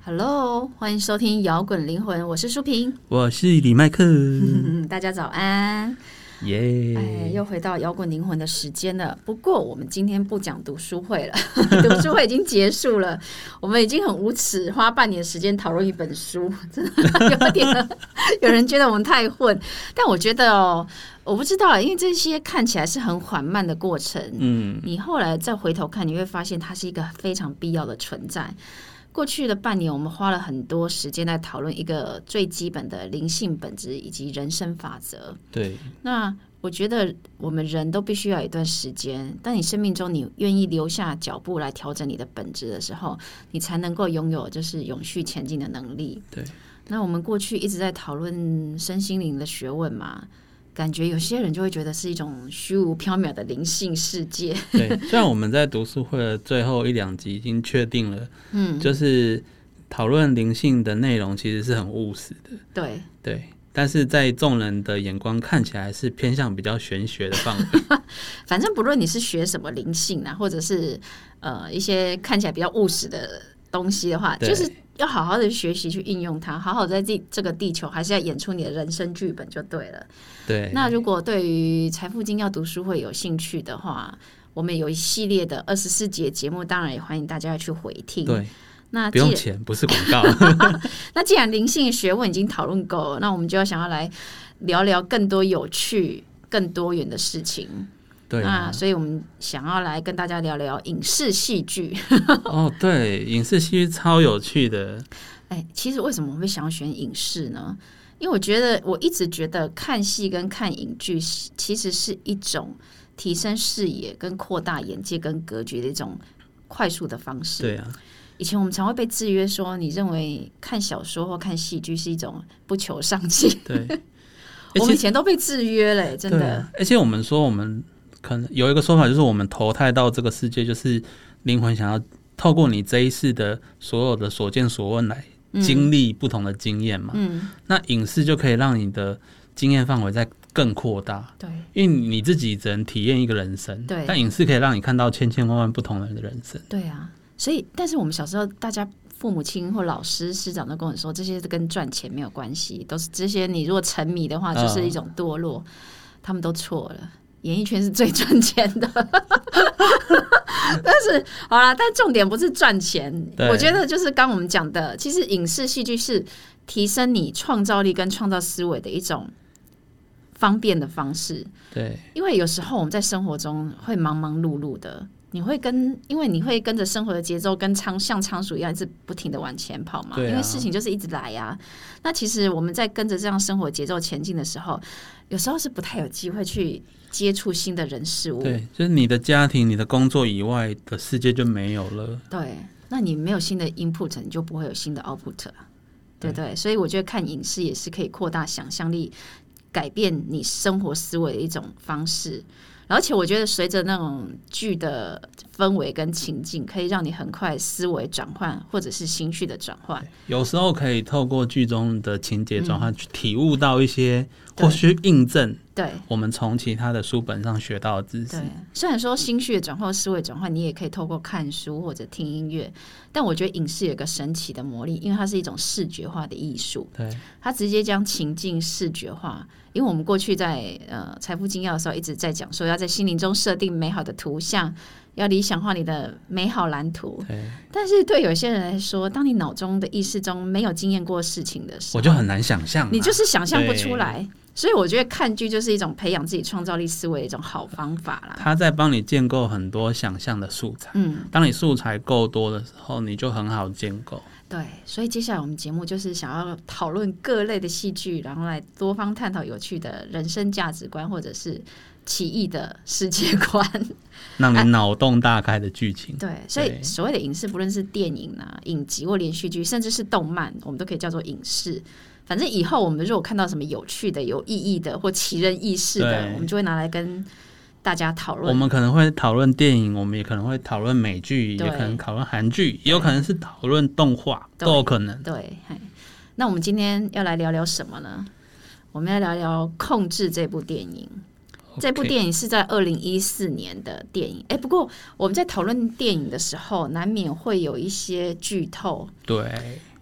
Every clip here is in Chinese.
Hello， 欢迎收听摇滚灵魂，我是舒平， 我是李麦克。 大家早安， 耶！ 又回到摇滚灵魂的时间了。不过我们今天不讲读书会了，读书会已经结束了。我们已经很无耻，花半年时间讨论一本书，真的有点有人觉得我们太混，但我觉得我不知道，因为这些看起来是很缓慢的过程，你后来再回头看，你会发现它是一个非常必要的存在。过去的半年，我们花了很多时间在讨论一个最基本的灵性本质以及人生法则。 对， 那我觉得我们人都必须要有一段时间，当你生命中你愿意留下脚步来调整你的本质的时候，你才能够拥有就是永续前进的能力。 对， 那我们过去一直在讨论身心灵的学问嘛，感觉有些人就会觉得是一种虚无缥缈的灵性世界。 对，虽然我们在读书会的最后一两集已经确定了，就是讨论灵性的内容其实是很务实的，对，但是在众人的眼光看起来是偏向比较玄学的范围。 反正不论你是学什么灵性啊，或者是一些看起来比较务实的东西的话，就是要好好的学习去应用它，好好在这个地球还是要演出你的人生剧本就对了。 对， 那如果对于财富精要读书会有兴趣的话，我们有一系列的24节节目，当然也欢迎大家去回听。 对， 那不用钱，不是广告。 那既然灵性学问已经讨论够了，那我们就要想要来聊聊更多有趣、更多元的事情。 对那所以我们想要来跟大家聊聊影视戏剧。 哦，对，影视戏剧超有趣的。 其实为什么我会想要选影视呢？因为我一直觉得看戏跟看影剧其实是一种提升视野跟扩大眼界跟格局的一种快速的方式。 对啊， 以前我们常会被制约说，你认为看小说或看戏剧是一种不求上进。 对， 我们以前都被制约了，真的。 而且我们说，我们可能有一个说法，就是我们投胎到这个世界，就是灵魂想要透过你这一世的所有的所见所闻来经历不同的经验嘛。那影视就可以让你的经验范围再更扩大。 对， 因为你自己只能体验一个人生， 对， 但影视可以让你看到千千万万不同人的人生。 对啊，所以但是我们小时候大家父母亲或老师师长都跟我说，这些跟赚钱没有关系，都是这些你如果沉迷的话就是一种堕落。他们都错了，演艺圈是最赚钱的。但是好啦，但重点不是赚钱，我觉得就是刚我们讲的，其实影视戏剧是提升你创造力跟创造思维的一种方便的方式。 对， 因为有时候我们在生活中会忙忙碌碌的，因为你会跟着生活的节奏跟像仓鼠一样一直不停的往前跑嘛，因为事情就是一直来啊。那其实我们在跟着这样生活节奏前进的时候，有时候是不太有机会去接触新的人事物。 对，就是你的家庭、你的工作以外的世界就没有了。 对，那你没有新的 input， 你就不会有新的 output， 对不对？所以我觉得看影视也是可以扩大想象力，改变你生活思维的一种方式。而且我觉得随着那种剧的氛围跟情境，可以让你很快思维转换或者是情绪的转换。 有时候可以透过剧中的情节转换，去体悟到一些或许印证对我们从其他的书本上学到的知识。 对，虽然说情绪的转换、思维转换，你也可以透过看书或者听音乐，但我觉得影视有个神奇的魔力，因为它是一种视觉化的艺术。 对， 它直接将情境视觉化。因为我们过去在财富精要的时候一直在讲说，要在心灵中设定美好的图像，要理想化你的美好蓝图。但是对有些人来说，当你脑中的意识中没有经验过事情的时候， 我就很难想象， 你就是想象不出来。所以我觉得看剧就是一种培养自己创造力思维的一种好方法啦。 它在帮你建构很多想象的素材。当你素材够多的时候，你就很好建构。 对，所以接下来我们节目就是想要讨论各类的戏剧，然后来多方探讨有趣的人生价值观或者是奇异的世界观， 让你脑洞大开的剧情。 对，所以所谓的影视，不论是电影啊、影集或连续剧，甚至是动漫，我们都可以叫做影视。反正以后我们如果看到什么有趣的、有意义的或奇人异事的，我们就会拿来跟大家讨论。 我们可能会讨论电影，我们也可能会讨论美剧，也可能讨论韩剧，也有可能是讨论动画，都有可能。 对，那我们今天要来聊聊什么呢？我们要聊聊《控制》这部电影。这部电影是在2014年的电影。不过我们在讨论电影的时候，难免会有一些剧透。 对，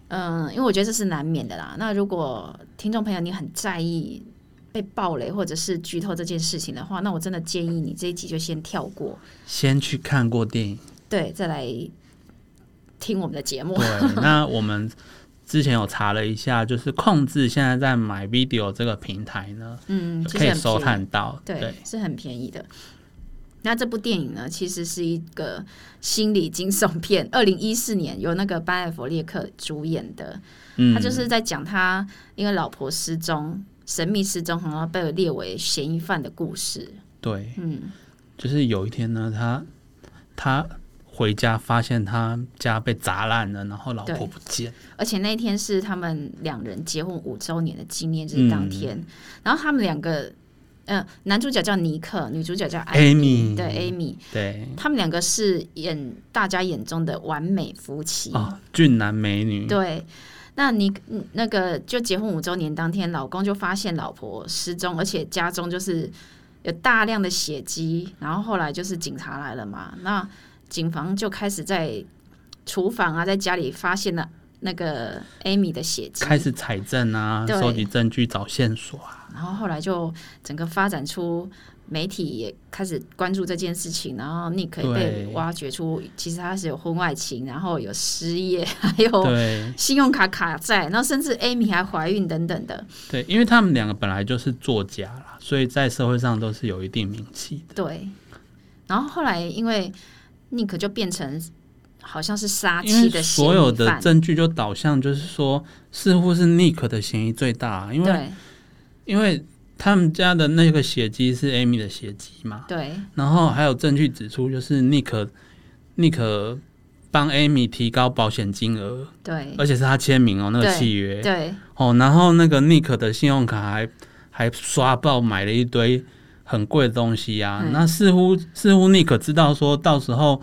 因为我觉得这是难免的啦。那如果听众朋友你很在意被爆雷或者是剧透这件事情的话，那我真的建议你这一集就先跳过， 先去看过电影， 对，再来听我们的节目。 对，那我们之前有查了一下，就是控制现在在买 video 这个平台呢，可以收看到， 对，是很便宜的。那这部电影呢，其实是一个心理惊悚片，2014年由那个班艾弗列克主演的。他就是在讲他因为老婆失踪，神秘失踪，然后被列为嫌疑犯的故事。 对，就是有一天呢，他回家发现他家被砸烂了，然后老婆不见， 而且那一天是他们2人结婚5周年的纪念日当天，然后他们2个。男主角叫尼克，女主角叫艾米，对 ，Amy， 对，他们2个是大家眼中的完美夫妻， 俊男美女。 对，那个就结婚5周年当天，老公就发现老婆失踪，而且家中就是有大量的血迹，然后后来就是警察来了嘛，那警方就开始在厨房啊，在家里发现了那个 Amy 的血迹， 开始采证啊，收集证据，找线索啊。 然后后来就整个发展出媒体也开始关注这件事情，然后Nick也被挖掘出其实他是有婚外情，然后有失业，还有信用卡卡债，然后甚至 Amy 还怀孕等等的。 对，因为他们2个本来就是作家啦，所以在社会上都是有一定名气的。 对，然后后来因为 Nick 就变成好像是杀妻的嫌疑犯， 所有的证据就导向就是说，似乎是 Nick 的嫌疑最大，因为他们家的那个血迹是 Amy 的血迹嘛， 对， 然后还有证据指出，就是 Nick 帮 Amy 提高保险金额， 对， 而且是他签名那个契约， 对， 然后那个 Nick 的信用卡还刷爆买了一堆很贵的东西啊，那似乎 Nick 知道说到时候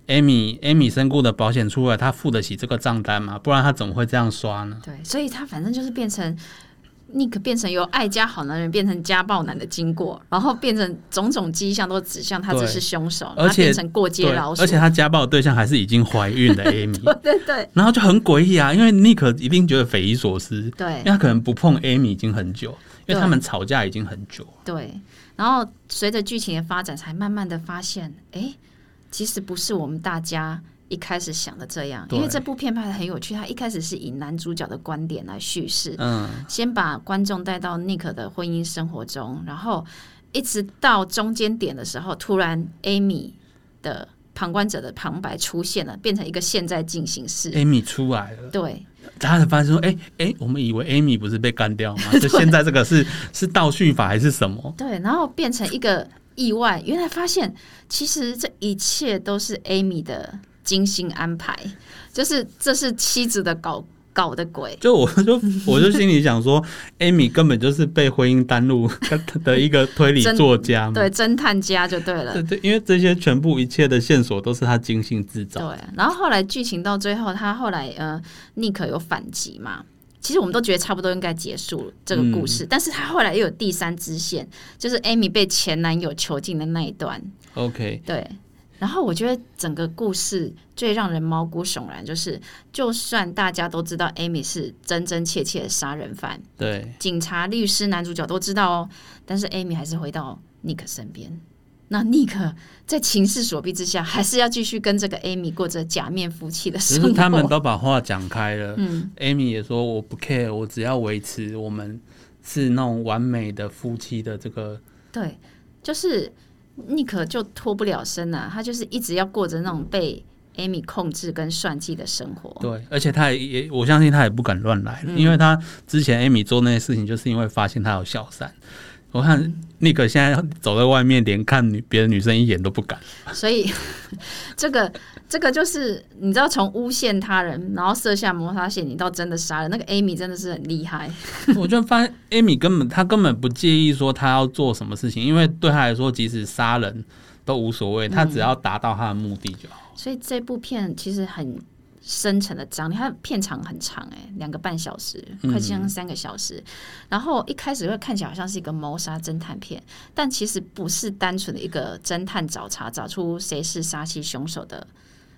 Amy 身故的保险出来，他付得起这个账单嘛？不然他怎么会这样刷呢？ 对，所以他反正就是变成 Nick 变成由爱家好男人变成家暴男的经过，然后变成种种迹象都指向他只是凶手， 而且他变成过街老鼠， 而且他家暴的对象还是已经怀孕的 Amy。 对， 然后就很诡异啊，因为 Nick 一定觉得匪夷所思， 对， 因为他可能不碰 Amy 已经很久，因为他们吵架已经很久了， 对。然后随着剧情的发展，才慢慢的发现，其实不是我们大家一开始想的这样，因为这部片拍的很有趣，他一开始是以男主角的观点来叙事，先把观众带到 Nick 的婚姻生活中，然后一直到中间点的时候，突然 Amy 的旁观者的旁白出现了，变成一个现在进行式 ，Amy 出来了， 对， 他才发现说，我们以为 Amy 不是被干掉吗？就现在这个是倒叙法还是什么？ 对，然后变成一个意外，原来发现其实这一切都是 Amy 的精心安排，就是这是妻子的搞的鬼。我就心里想说，Amy 根本就是被婚姻耽误的一个推理作家嘛， 对，侦探家就对了。 对，因为这些全部一切的线索都是他精心制造。 对，然后后来剧情到最后，他后来Nick 有反击嘛。其实我们都觉得差不多应该结束这个故事，但是他后来又有第3支线，就是 Amy 被前男友囚禁的那一段。 OK， 对。然后我觉得整个故事最让人毛骨悚然，就是就算大家都知道 Amy 是真真切切的杀人犯， 对， 警察、律师、男主角都知道哦，但是 Amy 还是回到 Nick 身边。那 Nick 在情势所逼之下，还是要继续跟这个 Amy 过着假面夫妻的生活。 只是他们都把话讲开了，Amy 也说我不 care， 我只要维持我们是那种完美的夫妻的这个。 对，就是Nick 就脱不了身啊，他就是一直要过着那种被 Amy 控制跟算计的生活。 对，而且他也我相信他也不敢乱来，因为他之前 Amy 做那些事情，就是因为发现他有小三。我看Nick现在走在外面，连看别的女生一眼都不敢。 所以这个就是你知道，从诬陷他人，然后设下谋杀陷阱，到真的杀人，那个 Amy 真的是很厉害。 我就发现 Amy 根本不介意说他要做什么事情，因为对他来说，即使杀人都无所谓，他只要达到他的目的就好。 所以这部片其实很深层的张力，它片长很长2个半小时，快将近3个小时。然后一开始会看起来好像是一个谋杀侦探片，但其实不是单纯的一个侦探找茬找出谁是杀妻凶手的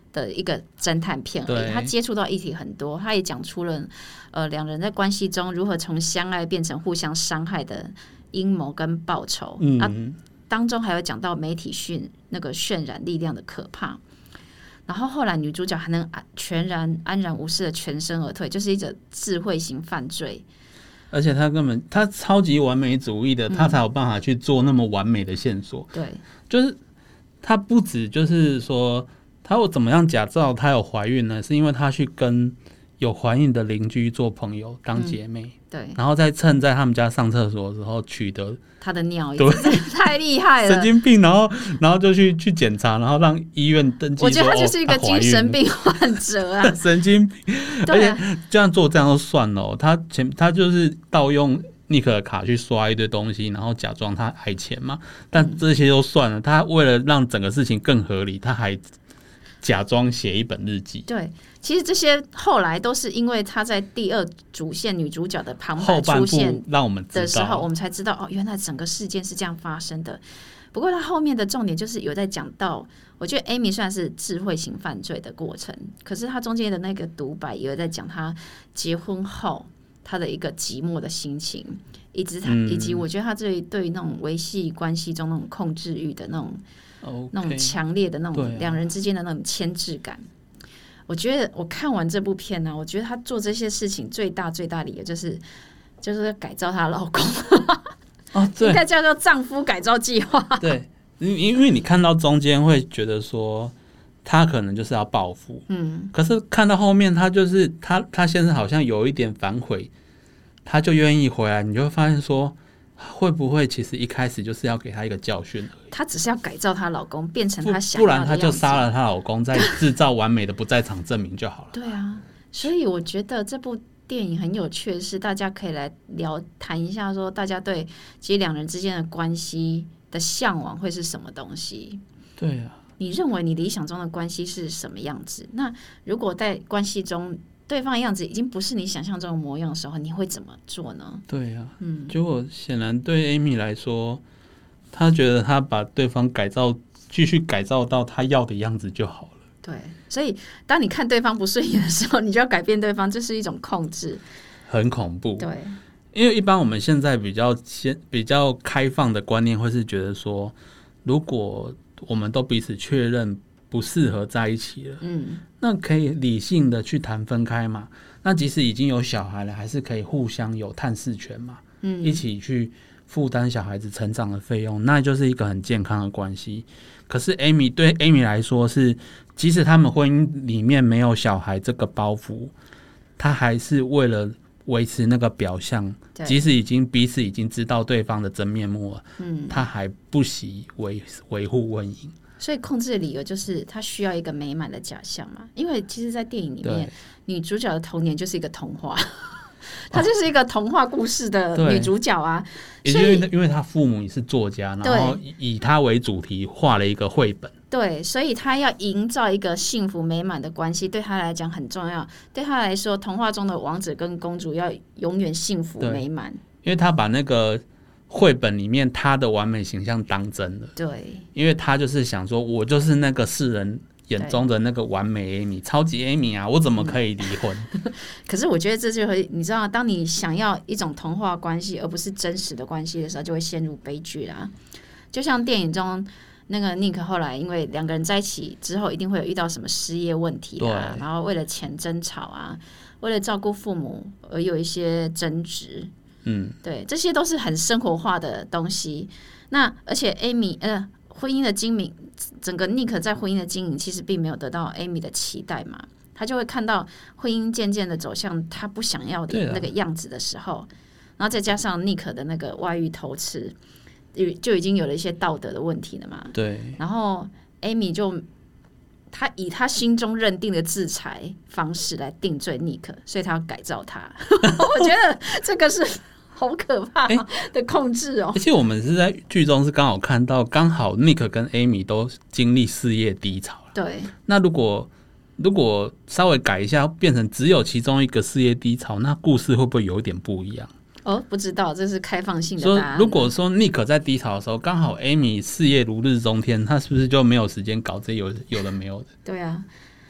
的一个侦探片而已，他接触到议题很多，他也讲出了两人在关系中如何从相爱变成互相伤害的阴谋跟报仇。当中还有讲到媒体那个渲染力量的可怕。然后后来女主角还能全然安然无事的全身而退，就是一种智慧型犯罪。 而且他超级完美主义的，他才有办法去做那么完美的线索。 对， 就是他不止就是说他有怎么样假造他有怀孕呢？是因为他去跟有怀孕的邻居做朋友当姐妹， 对， 然后再趁在他们家上厕所的时候取得他的尿液，太厉害了， 神经病，然后就去检查，然后让医院登记说。 我觉得他就是一个精神病患者啊， 神经病。而且这样做这样就算了，他就是盗用尼克的卡去刷一堆东西，然后假装他爱钱嘛。但这些都算了，他为了让整个事情更合理，他还假装写一本日记。 对，其实这些后来都是因为他在第二主线女主角的旁白出现让我们的时候，我们才知道原来整个事件是这样发生的。不过他后面的重点就是有在讲到，我觉得 Amy 算是智慧型犯罪的过程，可是他中间的那个独白也有在讲他结婚后他的一个寂寞的心情，以及我觉得他对于那种维系关系中那种控制欲的那种强烈的那种两人之间的那种牵制感。我觉得我看完这部片呢，我觉得他做这些事情最大理由就是改造她的老公。对，应该叫做丈夫改造计划。 对，因为你看到中间会觉得说他可能就是要报复，可是看到后面他就是他先生好像有一点反悔，他就愿意回来，你就会发现说会不会其实一开始就是要给他一个教训而已， 他只是要改造她老公变成他想要的样子， 不然他就杀了她老公，再制造完美的不在场证明就好了。 对啊，所以我觉得这部电影很有趣的是，大家可以来谈一下说大家对其实两人之间的关系的向往会是什么东西。 对啊， 你认为你理想中的关系是什么样子？那如果在关系中对方的样子已经不是你想象中的模样的时候，你会怎么做呢？ 对啊，结果显然对 Amy 来说，她觉得她把对方继续改造到她要的样子就好了。 对，所以当你看对方不顺眼的时候，你就要改变对方，这是一种控制， 很恐怖。 对， 因为一般我们现在比较开放的观念会是觉得说，如果我们都彼此确认不适合在一起了，那可以理性的去谈分开嘛。那即使已经有小孩了，还是可以互相有探视权嘛，一起去负担小孩子成长的费用，那就是一个很健康的关系。可是对 Amy 来说是，即使他们婚姻里面没有小孩这个包袱，他还是为了维持那个表象，即使彼此已经知道对方的真面目了，他还不惜维护婚姻。 所以控制的理由就是他需要一个美满的假象嘛，因为其实在电影里面女主角的童年就是一个童话，她就是一个童话故事的女主角啊。 因为她父母也是作家，然后以她为主题画了一个绘本。对， 所以她要营造一个幸福美满的关系，对她来讲很重要。对她来说，童话中的王子跟公主要永远幸福美满。 因为她把那个绘本里面她的完美形象当真了。 对， 因为她就是想说，我就是那个世人眼中的那个完美 Amy， 超级 Amy 啊，我怎么可以离婚？ 可是我觉得这就会，你知道，当你想要一种童话关系而不是真实的关系的时候，就会陷入悲剧啦。就像电影中那个 Nick 后来因为两个人在一起之后，一定会有遇到什么失业问题啊，然后为了钱争吵啊，为了照顾父母而有一些争执。对，这些都是很生活化的东西。那而且 Amy 婚姻的经营，整个 Nick 在婚姻的经营其实并没有得到 Amy 的期待嘛，他就会看到婚姻渐渐的走向他不想要的那个样子的时候，然后再加上 Nick 的那个外遇偷吃，就已经有了一些道德的问题了嘛。 对， 然后 Amy 他以他心中认定的制裁方式来定罪 Nick， 所以他要改造他。我觉得这个是好可怕的控制哦！ 而且我们是在剧中是刚好看到，刚好 Nick 跟 Amy 都经历事业低潮了。 对， 那如果稍微改一下，变成只有其中一个事业低潮，那故事会不会有一点不一样？ 不知道，这是开放性的答案。 如果说 Nick 在低潮的时候，刚好 Amy 事业如日中天，他是不是就没有时间搞这有的没有的？ 对啊，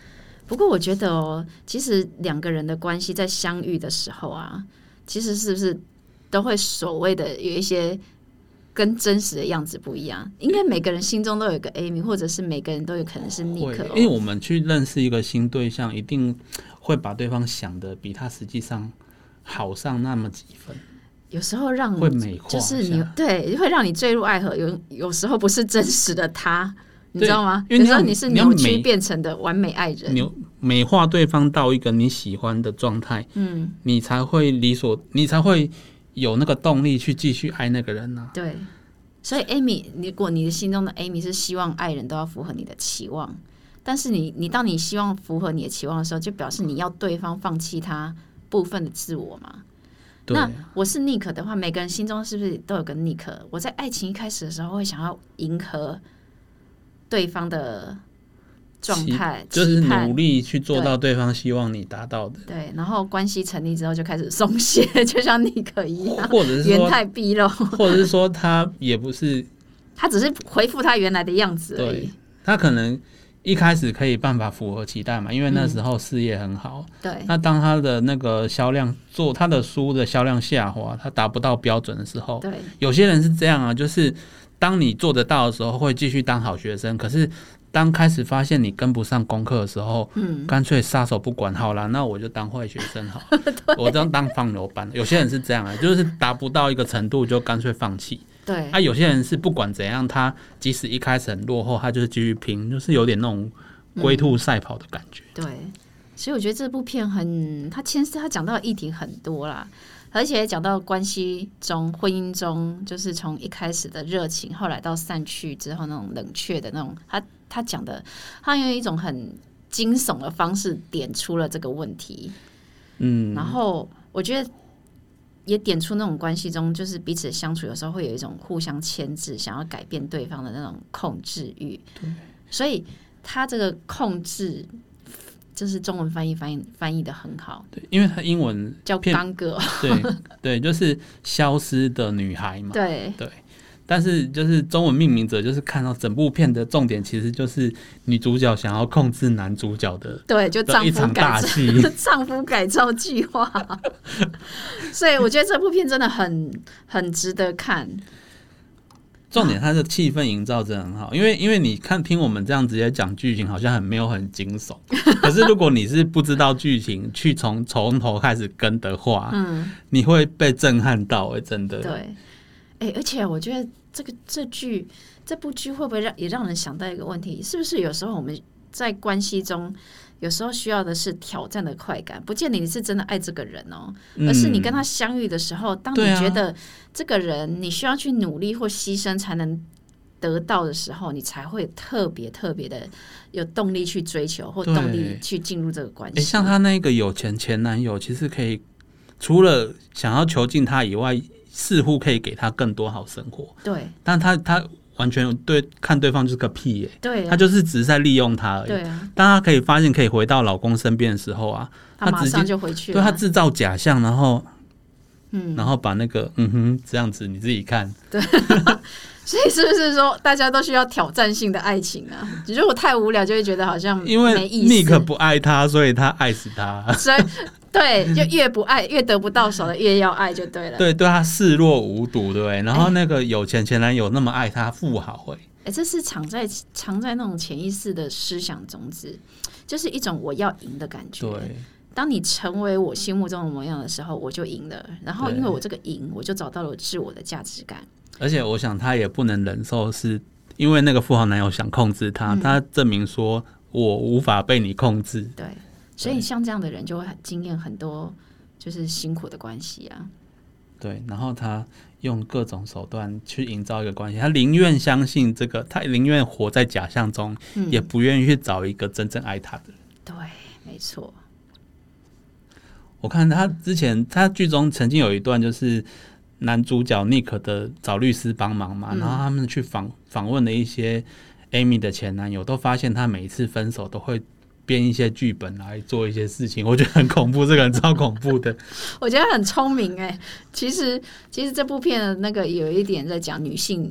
不过我觉得其实两个人的关系在相遇的时候啊，其实是不是都会所谓的有一些跟真实的样子不一样？应该每个人心中都有一个 Amy， 或者是每个人都有可能是尼克。 因为我们去认识一个新对象，一定会把对方想的比他实际上好上那么几分。 有时候让会美化， 就是你对会让你坠入爱河，有时候不是真实的他，你知道吗？ 因为有时候你是扭曲变成的完美爱人， 美化对方到一个你喜欢的状态，你才会有那个动力去继续爱那个人啊。 对，所以 Amy， 如果你的心中的 Amy 是希望爱人都要符合你的期望，但是你当你希望符合你的期望的时候，就表示你要对方放弃他部分的自我嘛。那我是 Nick 的话，每个人心中是不是都有个 Nick？ 我在爱情一开始的时候会想要迎合对方的状态， 就是努力去做到对方希望你达到的。 对，然后关系成立之后就开始松懈，就像 Nick 一样， 或者是说原态毕露， 或者是说他也不是， 他只是恢复他原来的样子而已。 对，他可能一开始可以办法符合期待嘛，因为那时候事业很好。 对。 那当他的那个销量他的书的销量下滑，他达不到标准的时候， 对， 有些人是这样啊，就是当你做得到的时候，会继续当好学生，可是当开始发现你跟不上功课的时候，干脆撒手不管，好啦，那我就当坏学生好，我当放牛班。有些人是这样啊，就是达不到一个程度就干脆放弃。 对啊，有些人是不管怎样，他即使一开始很落后，他就是继续拼，就是有点那种龟兔赛跑的感觉。 对，所以我觉得这部片他讲到的议题很多啦，而且也讲到关系中、婚姻中，就是从一开始的热情，后来到散去之后那种冷却的那种，他讲的，他用一种很惊悚的方式点出了这个问题。然后我觉得也点出那种关系中，就是彼此相处有时候会有一种互相牵制，想要改变对方的那种控制欲。所以他这个控制，就是中文翻译的很好。 对，因为他英文叫刚哥。 对，就是消失的女孩嘛。 对。 但是就是中文命名者，就是看到整部片的重点，其实就是女主角想要控制男主角的， 对，就丈夫改造丈夫改造计划。所以我觉得这部片真的很值得看。 重点，它的气氛营造真的很好，因为你听我们这样直接讲剧情，好像没有很惊悚。可是如果你是不知道剧情，去从头开始跟的话，你会被震撼到，真的。 对，而且我觉得这部剧会不会也让人想到一个问题，是不是有时候我们在关系中，有时候需要的是挑战的快感，不见得你是真的爱这个人而是你跟他相遇的时候，当你觉得这个人你需要去努力或牺牲才能得到的时候，你才会特别的有动力去追求或动力去进入这个关系。 像他那个有钱前男友，其实可以除了想要囚禁他以外，似乎可以给他更多好生活。 对， 但他完全看对方就是个屁耶。 对啊， 他就是只是在利用他而已。 对啊， 当他可以发现可以回到老公身边的时候啊， 他马上就回去了。 对，他制造假象，然后把那个这样子你自己看。 对。所以是不是说大家都需要挑战性的爱情啊？如果太无聊，就会觉得好像没意思。 因为尼克不爱他，所以他爱死他。 所以对，就越不爱，越得不到手的，越要爱就对了。 对他视若无睹，对不对？然后那个有钱前男友那么爱他，富豪这是藏在那种潜意识的思想种子，就是一种我要赢的感觉。 对。 当你成为我心目中的模样的时候，我就赢了。然后因为我这个赢，我就找到了自我的价值感。 而且我想他也不能忍受，是因为那个富豪男友想控制他，他证明说我无法被你控制。 对，所以像这样的人就会经验很多就是辛苦的关系啊。 对，然后他用各种手段去营造一个关系，他宁愿相信这个，他宁愿活在假象中，也不愿意去找一个真正爱他的人。 对，没错。 我看他之前，他剧中曾经有一段就是男主角 Nick 的找律师帮忙嘛，然后他们去访问了一些 Amy 的前男友，都发现他每一次分手都会编一些剧本来做一些事情，我觉得很恐怖，这个人超恐怖的。 我觉得很聪明其实这部片的那个有一点在讲女性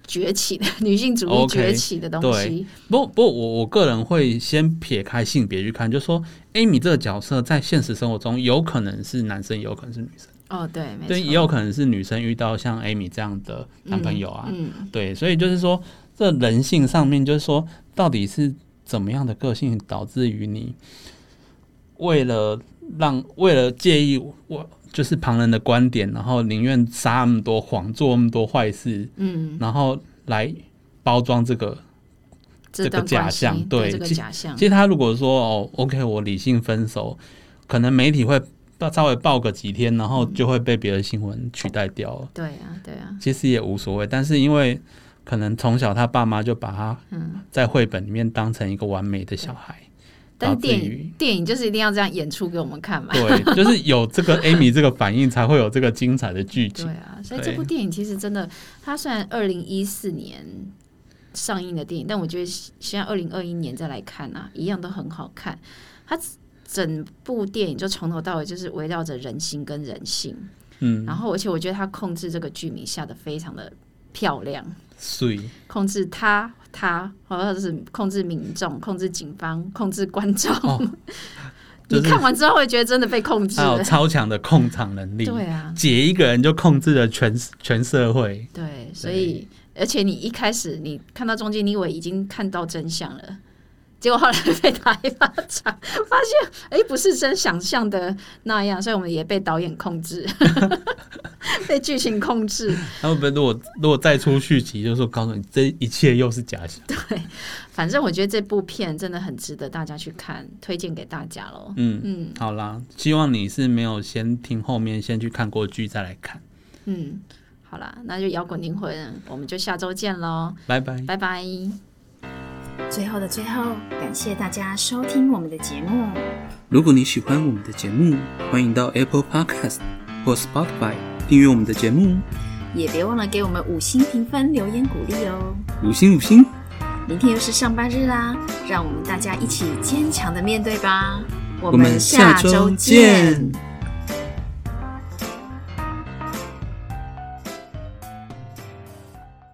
崛起的女性主义崛起的东西。 对，不过我个人会先撇开性别去看，就是说 Amy 这个角色在现实生活中有可能是男生，也有可能是女生。 对，没错， 对，也有可能是女生遇到像 Amy 这样的男朋友啊。对，所以就是说，这人性上面就是说，到底是怎么样的个性导致于你为了介意就是旁人的观点，然后宁愿撒那么多谎，做那么多坏事，然后来包装这个假象。对，这个假象。其实他如果说OK， 我理性分手，可能媒体会稍微报个几天，然后就会被别的新闻取代掉了。 对啊， 其实也无所谓。但是因为可能从小他爸妈就把他在绘本里面当成一个完美的小孩。 但电影就是一定要这样演出给我们看嘛。 对，就是有这个 Amy 这个反应，才会有这个精彩的剧情。 对啊，所以这部电影其实真的，它虽然2014年上映的电影，但我觉得现在2021年再来看啊，一样都很好看。它整部电影就从头到尾就是围绕着人心跟人性，然后而且我觉得他控制这个剧名下的非常的漂亮，控制他或者是控制民众、控制警方、控制观众。你看完之后会觉得真的被控制了， 他有超强的控场能力。 对啊， 解一个人就控制了全社会。 对，所以而且你一开始你看到中间，你以为已经看到真相了。结果后来被打一巴掌，发现不是真想象的那样，所以我们也被导演控制，被剧情控制。 他们如果再出续集，就是告诉你这一切又是假象。 对，反正我觉得这部片真的很值得大家去看，推荐给大家咯。 好啦，希望你是没有先听后面，先去看过剧再来看。 好啦，那就摇滚灵魂，我们就下周见咯， 拜拜， 拜拜。 最后的最后，感谢大家收听我们的节目。 如果你喜欢我们的节目，欢迎到 Apple Podcast 或 Spotify 订阅我们的节目， 也别忘了给我们5星评分、留言鼓励哦。 5星！ 明天又是上班日啦，让我们大家一起坚强的面对吧。我们下周见。